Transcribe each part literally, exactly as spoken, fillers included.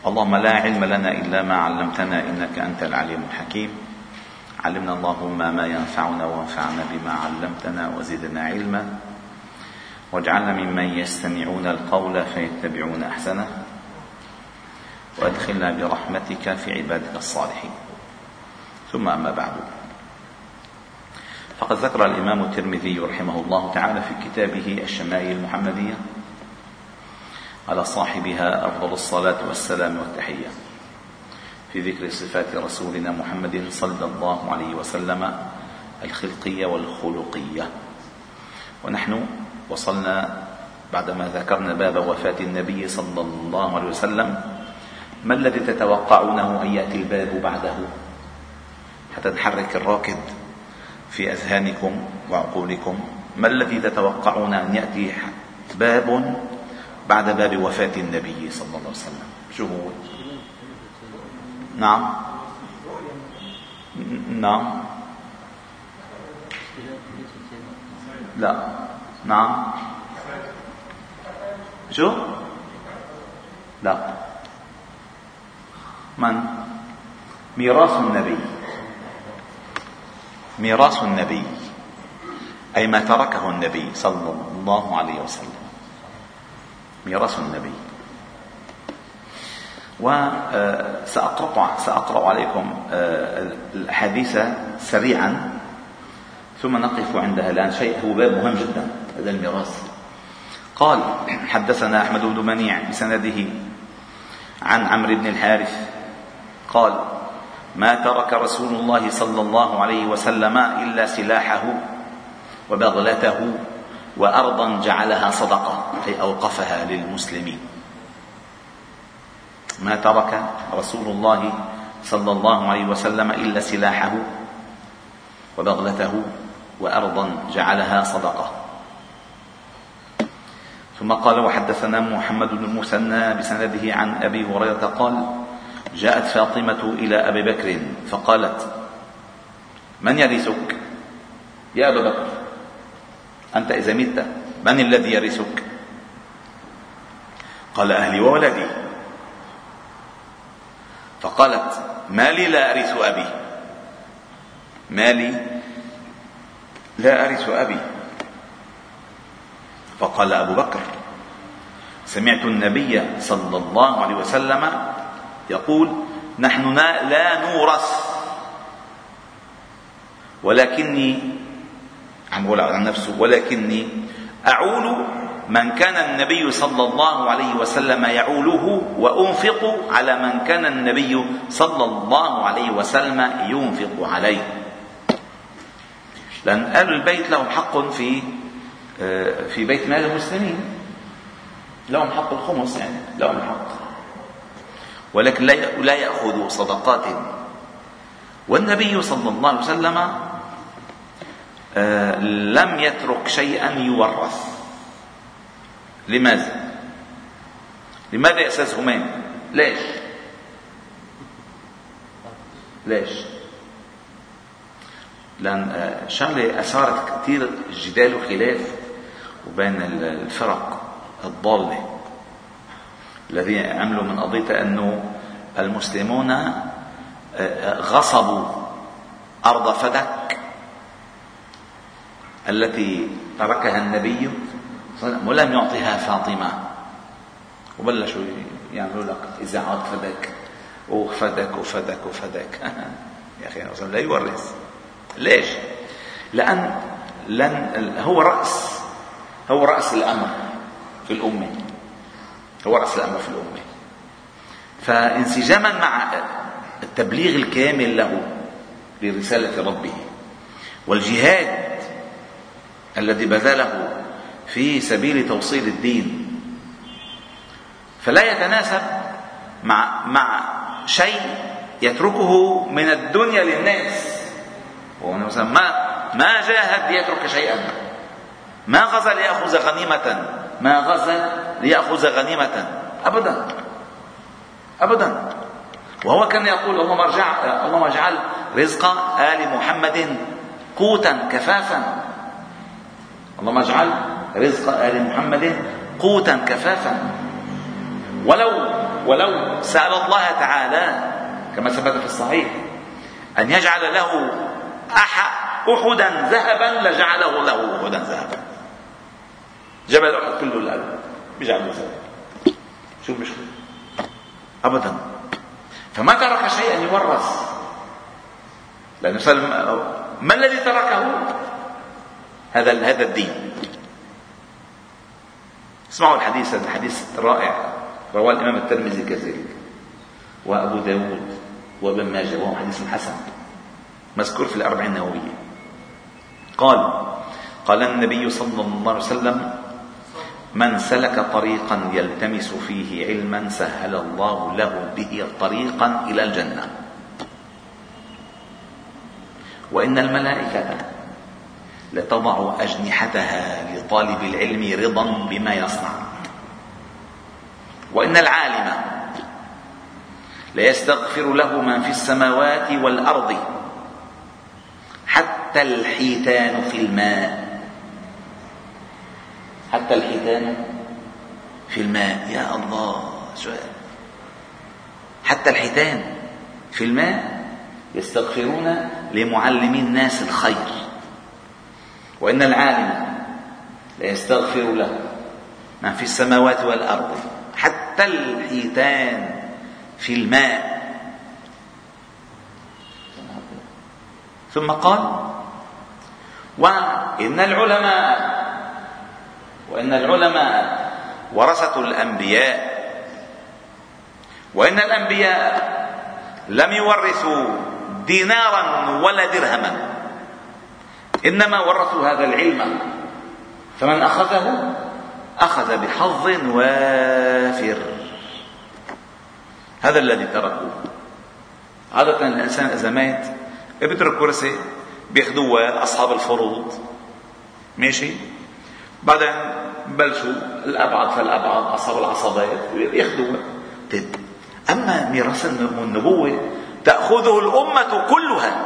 اللهم لا علم لنا إلا ما علمتنا إنك أنت العليم الحكيم. علمنا اللهم ما ينفعنا وانفعنا بما علمتنا وزدنا علما، واجعلنا ممن يستمعون القول فيتبعون أحسنه، وادخلنا برحمتك في عبادك الصالحين. ثم أما بعد، فقد ذكر الإمام الترمذي رحمه الله تعالى في كتابه الشمائل المحمدية على صاحبها أفضل الصلاة والسلام والتحية في ذكر صفات رسولنا محمد صلى الله عليه وسلم الخلقية والخلقية. ونحن وصلنا بعدما ذكرنا باب وفاة النبي صلى الله عليه وسلم. ما الذي تتوقعونه أن يأتي الباب بعده حتى نحرك الراكد في أذهانكم وعقولكم؟ ما الذي تتوقعون أن يأتي باب بعد باب وفاة النبي صلى الله عليه وسلم؟ شو هو؟ نعم نعم لا نعم شو؟ لا من؟ ميراث النبي. ميراث النبي أي ما تركه النبي صلى الله عليه وسلم، ميراث النبي. وسأقرأ سأقرأ عليكم الحديث سريعا ثم نقف عندها، لأن شيء هو باب مهم جدا هذا الميراث. قال: حدثنا أحمد بن منيع بسنده عن عمرو بن الحارث قال: ما ترك رسول الله صلى الله عليه وسلم إلا سلاحه وبغلته وأرضا جعلها صدقة، أي أوقفها للمسلمين. ما ترك رسول الله صلى الله عليه وسلم إلا سلاحه وبغلته وأرضا جعلها صدقة. ثم قال: وحدثنا محمد بن المثنى بسنده عن أبي هريرة قال: جاءت فاطمة إلى أبي بكر فقالت: من يرثك يا أبا بكر؟ أنت إذا مت من الذي يرثك؟ قال: أهلي وولدي. فقالت: ما لي لا أرث أبي، ما لي لا أرث أبي. فقال أبو بكر: سمعت النبي صلى الله عليه وسلم يقول: نحن لا نورث، ولكني عم بقول عن نفسه ولكني أعول من كان النبي صلى الله عليه وسلم يعوله، وأنفق على من كان النبي صلى الله عليه وسلم ينفق عليه. لأن أهل البيت لهم حق في في بيت مال المسلمين، لهم حق الخمس، يعني لهم حق، ولكن لا يأخذوا صدقات. والنبي صلى الله عليه وسلم لم يترك شيئا يورث. لماذا؟ لماذا يا أستاذ همين؟ ليش؟ ليش؟ لأن شغلة أثارت كثير جدال وخلاف وبين الفرق الضالة الذين عملوا من قضية أنه المسلمون غصبوا أرض فدك التي تركها النبي ولم يعطيها فاطمة، وبلشوا يعملوا لك إذاعات فدك وفدك وفدك وفدك. يا أخي الرسول لا يورث. ليش؟ لأن لن هو رأس هو رأس الأمر في الأمة، هو رأس الأمر في الأمة. فانسجاما مع التبليغ الكامل له لرسالة ربه والجهاد الذي بذله في سبيل توصيل الدين، فلا يتناسب مع مع شيء يتركه من الدنيا للناس. ومثلا ما ما جاهد ليترك شيئا، ما غزا ليأخذ غنيمة، ما غزا ليأخذ غنيمة أبدا أبدا. وهو كان يقول: اللهم ارجع اللهم اجعل رزق آل محمد قوتا كفافا، اللهم اجعل رزق آل محمد قوتا كفافا. ولو ولو سأل الله تعالى كما ثبت في الصحيح أن يجعل له أحدا ذهبا لجعله له أحدا ذهبا. جبل أحد كله الآن بيجعله ذهب. شو المشكلة؟ أبدا. فما ترك شيئا يورث، لأنه ما الذي تركه؟ هذا هذا الدين. اسمعوا الحديث، هذا الحديث رائع رواه الإمام الترمذي كذلك وأبو داود وابن ماجه، وهو حديث حسن مذكور في الأربعين النووية. قال قال النبي صلى الله عليه وسلم: من سلك طريقا يلتمس فيه علما سهل الله له به طريقا إلى الجنة، وإن الملائكة لتضع أجنحتها لطالب العلم رضا بما يصنع، وإن العالم ليستغفر له من في السماوات والأرض حتى الحيتان في الماء. حتى الحيتان في الماء، يا الله سؤال. حتى الحيتان في الماء يستغفرون لمعلمي الناس الخير، وإن العالم ليستغفر له من في السماوات والأرض حتى الحيتان في الماء. ثم قال: وإن العلماء وإن العلماء ورثة الأنبياء، وإن الأنبياء لم يورثوا دينارا ولا درهما، إنما ورثوا هذا العلم، فمن أخذه أخذ بحظ وافر. هذا الذي تركوه. عادة الإنسان إذا مات بيترك ورثة بياخذوها أصحاب الفروض، ماشي، بعدين بلشوا الأبعد فالأبعد أصحاب العصبات ياخذوها. طيب، أما ميراث النبوة تأخذه الأمة كلها،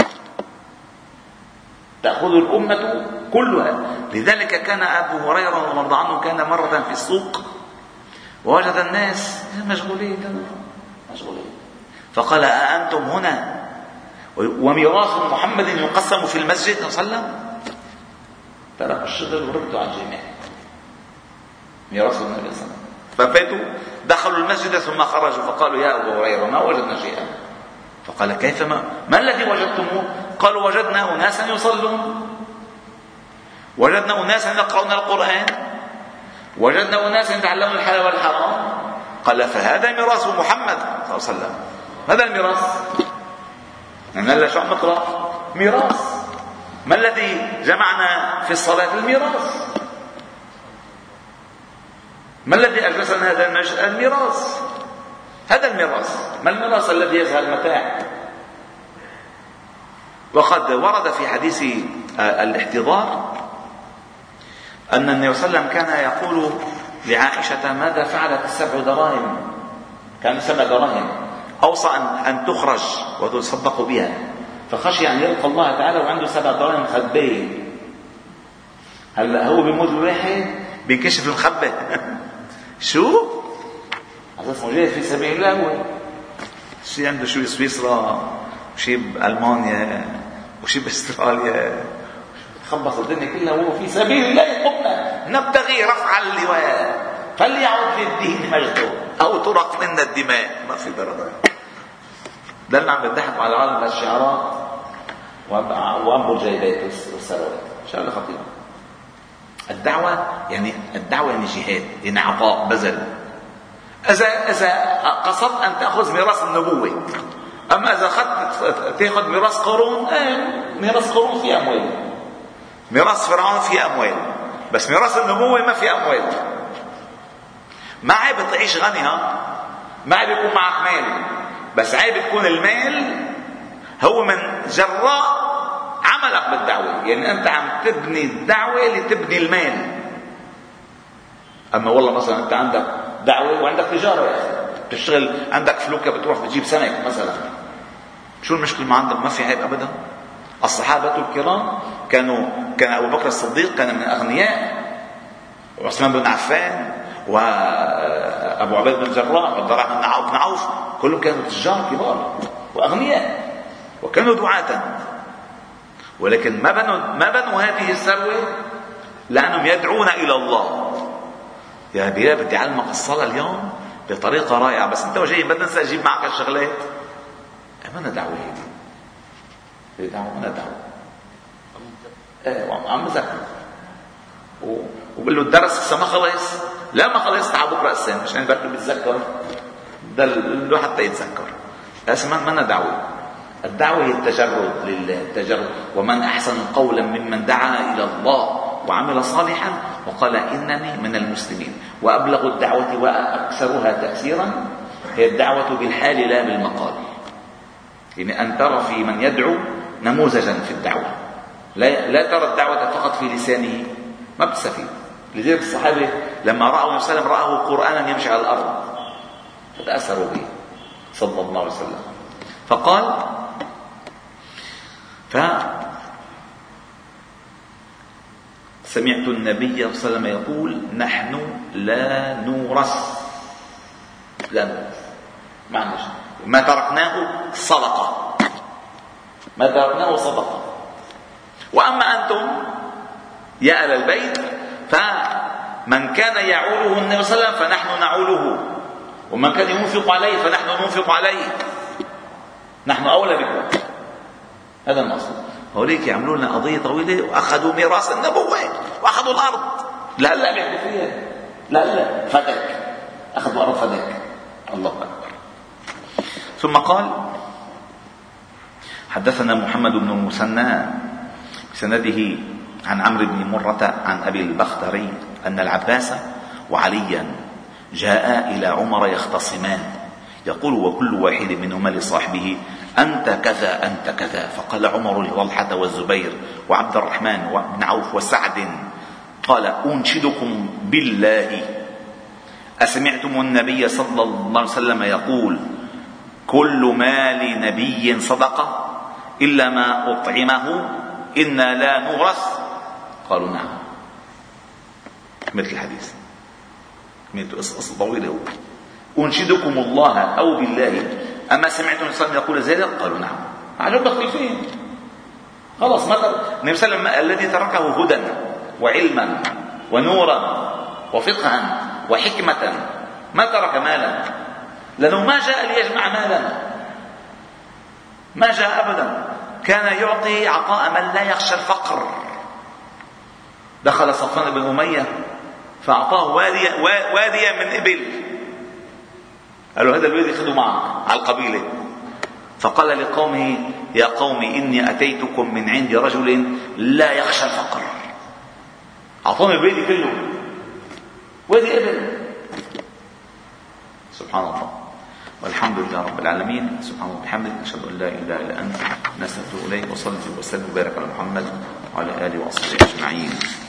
تأخذ الأمة كلها. لذلك كان أبو هريرة رضي الله عنه كان مرة في السوق ووجد الناس مشغولين مشغولين فقال: أأنتم هنا وميراث محمد يقسم في المسجد صلى الله عليه وسلم؟ تركوا الشغل وردوا على الجميع. ميراث النبي صلى الله عليه وسلم. ففاتوا دخلوا المسجد ثم خرجوا فقالوا: يا أبو هريرة ما وجدنا شيئا. فقال: كيف ما, ما الذي وجدتموه؟ قالوا: وجدنا أناسا يصلون، وجدنا أناسا يقرؤون القرآن، وجدنا أناسا يتعلمون الحلال والحرام. قال: فهذا ميراث محمد صلى الله عليه وسلم. هذا الميراث. يعني لا شو عم نقرأ؟ ميراث. ما الذي جمعنا في الصلاة؟ الميراث. ما الذي أجلسنا هذا المجلس؟ الميراث. هذا الميراث. ما الميراث الذي يزهى المتاع؟ وقد ورد في حديث الاحتضار أن النبي صلى الله عليه وسلم كان يقول لعائشة: ماذا فعلت السبع دراهم؟ كان سبع دراهم أوصى أن تخرج وتصدق بها، فخشي أن يلقى الله تعالى وعنده سبع دراهم خبيه. هلا هو بيموت بواحد بينكشف المخبى. شو؟ هذا اسمه جاهد في سبيل الله. هو شيء عنده شو بسويسرا وشيء بألمانيا وشيء باستراليا، خبص الدنيا كلها وهو في سبيل الله. قمنا نبتغي رفع اللواء فليعد للدين مجده أو ترق منا الدماء. ما في درجة. ده اللي عم يضحكوا على العالم الشعارات وأنبوا الجيبات والسراوات. شغلة خطيرة. الدعوة يعني الدعوة يعني جهاد، يعني عطاء بذل. إذا إذا قصدت أن تأخذ ميراث النبوة، أما إذا أخذت تأخذ ميراث قارون، آه ميراث قارون في أموال، ميراث فرعون في أموال، بس ميراث النبوة ما في أموال. ما عيب تعيش غني، ها، ما عيب يكون معك مال، بس عيب تكون المال هو من جراء عملك بالدعوة. يعني أنت عم تبني الدعوة لتبني المال. أما والله مثلا أنت عندك دعوة وعندك تجارة، يا أخي بتشتغل، عندك فلوكة بتروح بتجيب سمك مثلا، شو المشكلة؟ ما عندك، ما في عيب أبدا. الصحابة الكرام كانوا كان أبو بكر الصديق كان من الأغنياء، وعثمان بن عفان أبو عبيد بن الجراح، عبد الرحمن بن عوف، كلهم كانوا تجار كبار وأغنياء وكانوا دعاة، ولكن ما بنوا ما بنوا هذه الثروة لأنهم يدعون إلى الله. يا بيا بدي أعلمك الصلاة اليوم بطريقة رائعة، بس أنت وجاي ما تنسى أجيب معك الشغلات. أمانة دعوة هذه دعوة أمانة دعوة. إيه عم بذكر وبقول له الدرس لسه ما خلص، لا ما خلص تعال بكره السنة مشان بركي بتذكر ده له حتى يتذكر. اسمع منا دعوة. الدعوة هي التجرد لله، التجرد. ومن أحسن قولا ممن دعا إلى الله وعمل صالحا وقال إنني من المسلمين. وأبلغ الدعوة وأكثرها تأثيرا هي الدعوة بالحال لا بالمقال. يعني أن ترى في من يدعو نموذجا في الدعوة، لا, لا ترى الدعوة فقط في لسانه، ما بتستفيد. لذلك الصحابة لما رأوا النبي صلى الله عليه وسلم رأوا قرآنا يمشي على الأرض فتأثروا به صلى الله عليه وسلم. فقال فسمعت النبي صلى الله عليه وسلم يقول نحن لا نورث، لا نورث معنى ما تركناه صدقة، ما تركناه صدقة. وأما أنتم يا أهل البيت فمن كان يعوله النبي صلى الله عليه وسلم فنحن نعوله، ومن كان ينفق عليه فنحن ننفق عليه، نحن أولى بكم. هذا المقصود. هوليك يعملوا لنا قضية طويلة وأخذوا ميراث النبوة وأخذوا الأرض، لا لا بيحكوا فيها، لا لا فدك، أخذوا أرض فدك. الله أكبر. ثم قال حدثنا محمد بن المثنى بسنده عن عمرو بن مرة عن أبي البختري أن العباس وعليا جاء إلى عمر يختصمان، يقول وكل واحد منهما لصاحبه أنت كذا أنت كذا. فقال عمر لطلحة والزبير وعبد الرحمن وابن عوف وسعد قال أنشدكم بالله أسمعتم النبي صلى الله عليه وسلم يقول كل مال نبي صدقة إلا ما أطعمه إنا لا نورث؟ قالوا نعم. مثل الحديث مثل قصة طويلة. أنشدكم الله أو بالله أما سمعتم النبي صلى الله عليه وسلم يقول ذلك؟ قالوا نعم. عجب تخفيفين خلاص. ما النبي صلى الله عليه وسلم الذي تركه هدى وعلما ونورا وفقها وحكمة، ما ترك مالا، لأنه ما جاء ليجمع مالا، ما جاء أبدا. كان يعطي عطاء من لا يخشى الفقر. دخل صفوان بن أمية فأعطاه واديا واديا من إبل، قالوا هذا الوادي خذوا معك على القبيلة. فقال لقومه يا قوم إني أتيتكم من عند رجل لا يخشى الفقر. أعطاهم الوادي كله، وادي إبل. سبحان الله والحمد لله رب العالمين. سبحان الله وبحمدك نشهد أن لا إله إلا أنت نستغفرك إليك. وصلي وسلم وبارك على محمد وعلى آله وصحبه أجمعين.